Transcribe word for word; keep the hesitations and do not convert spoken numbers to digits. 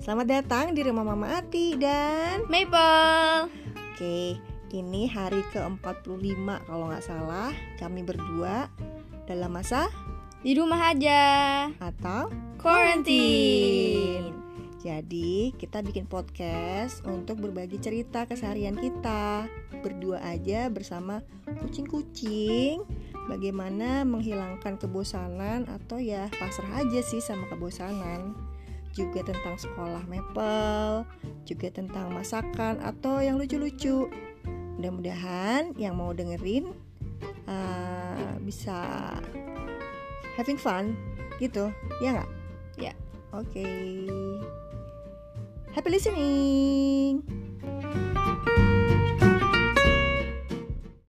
Selamat datang di rumah Mama Ati dan Maple. Oke, ini hari ke empat puluh lima kalau gak salah. Kami berdua dalam masa Di rumah aja atau quarantine. Jadi kita bikin podcast untuk berbagi cerita keseharian kita berdua aja bersama kucing-kucing. Bagaimana menghilangkan kebosanan atau ya pasrah aja sih sama kebosanan. Juga tentang sekolah Maple, juga tentang masakan atau yang lucu-lucu. Mudah-mudahan yang mau dengerin uh, bisa having fun gitu, ya nggak? Ya. Oke. Okay. Happy listening.